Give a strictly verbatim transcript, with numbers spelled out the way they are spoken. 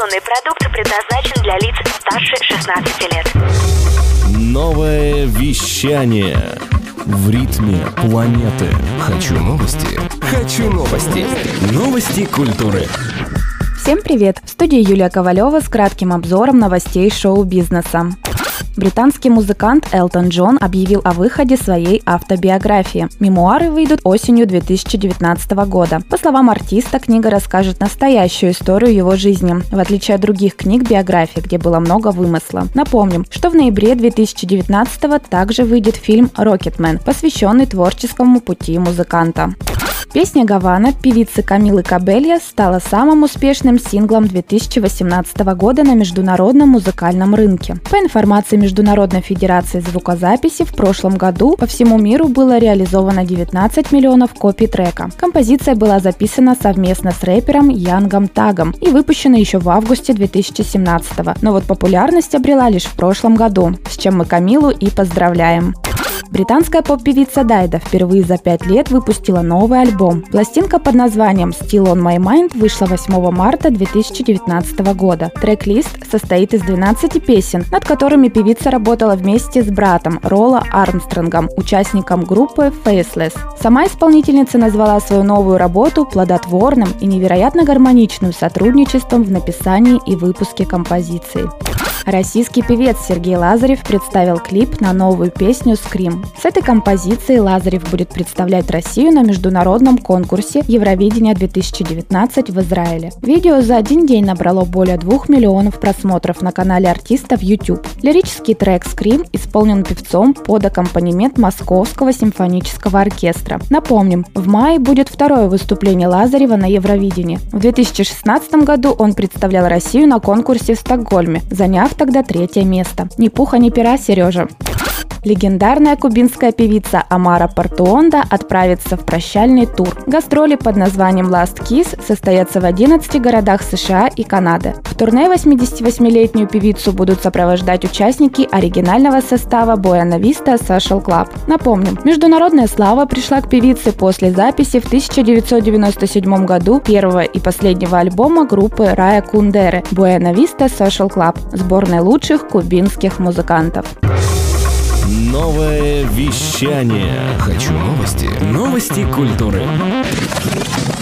Информационный продукт предназначен для лиц старше шестнадцати лет. Новое вещание в ритме планеты. Хочу новости. Хочу новости. Новости культуры. Всем привет! В студии Юлия Ковалева с кратким обзором новостей шоу-бизнеса. Британский музыкант Элтон Джон объявил о выходе своей автобиографии. Мемуары выйдут осенью две тысячи девятнадцатого года. По словам артиста, книга расскажет настоящую историю его жизни, в отличие от других книг биографий, где было много вымысла. Напомним, что в ноябре две тысячи девятнадцатого также выйдет фильм «Рокетмен», посвященный творческому пути музыканта. Песня «Гавана» певицы Камилы Кабельо стала самым успешным синглом две тысячи восемнадцатого года на международном музыкальном рынке. По информации Международной федерации звукозаписи, в прошлом году по всему миру было реализовано девятнадцать миллионов копий трека. Композиция была записана совместно с рэпером Янгом Тагом и выпущена еще в августе две тысячи семнадцатого, но вот популярность обрела лишь в прошлом году, с чем мы Камилу и поздравляем. Британская поп-певица Дайда впервые за пять лет выпустила новый альбом. Пластинка под названием «Still on My Mind» вышла восьмого марта две тысячи девятнадцатого года. Трек-лист состоит из двенадцати песен, над которыми певица работала вместе с братом Ролла Армстронгом, участником группы Faceless. Сама исполнительница назвала свою новую работу плодотворным и невероятно гармоничным сотрудничеством в написании и выпуске композиций. Российский певец Сергей Лазарев представил клип на новую песню «Скрим». С этой композицией Лазарев будет представлять Россию на международном конкурсе Евровидение-две тысячи девятнадцать в Израиле. Видео за один день набрало более двух миллионов просмотров на канале артиста в YouTube. Лирический трек «Скрим» исполнен певцом под аккомпанемент Московского симфонического оркестра. Напомним, в мае будет второе выступление Лазарева на Евровидении. В две тысячи шестнадцатом году он представлял Россию на конкурсе в Стокгольме, заняв тогда третье место. Ни пуха, ни пера, Сережа. Легендарная кубинская певица Амара Портуонда отправится в прощальный тур. Гастроли под названием Last Kiss состоятся в одиннадцати городах США и Канады. В турне восьмидесятивосьмилетнюю певицу будут сопровождать участники оригинального состава Buena Vista Social Club. Напомним, международная слава пришла к певице после записи в тысяча девятьсот девяносто седьмом году первого и последнего альбома группы Рая Кундеры Buena Vista Social Club, сборной лучших кубинских музыкантов. Новое вещание. Хочу новости. Новости культуры.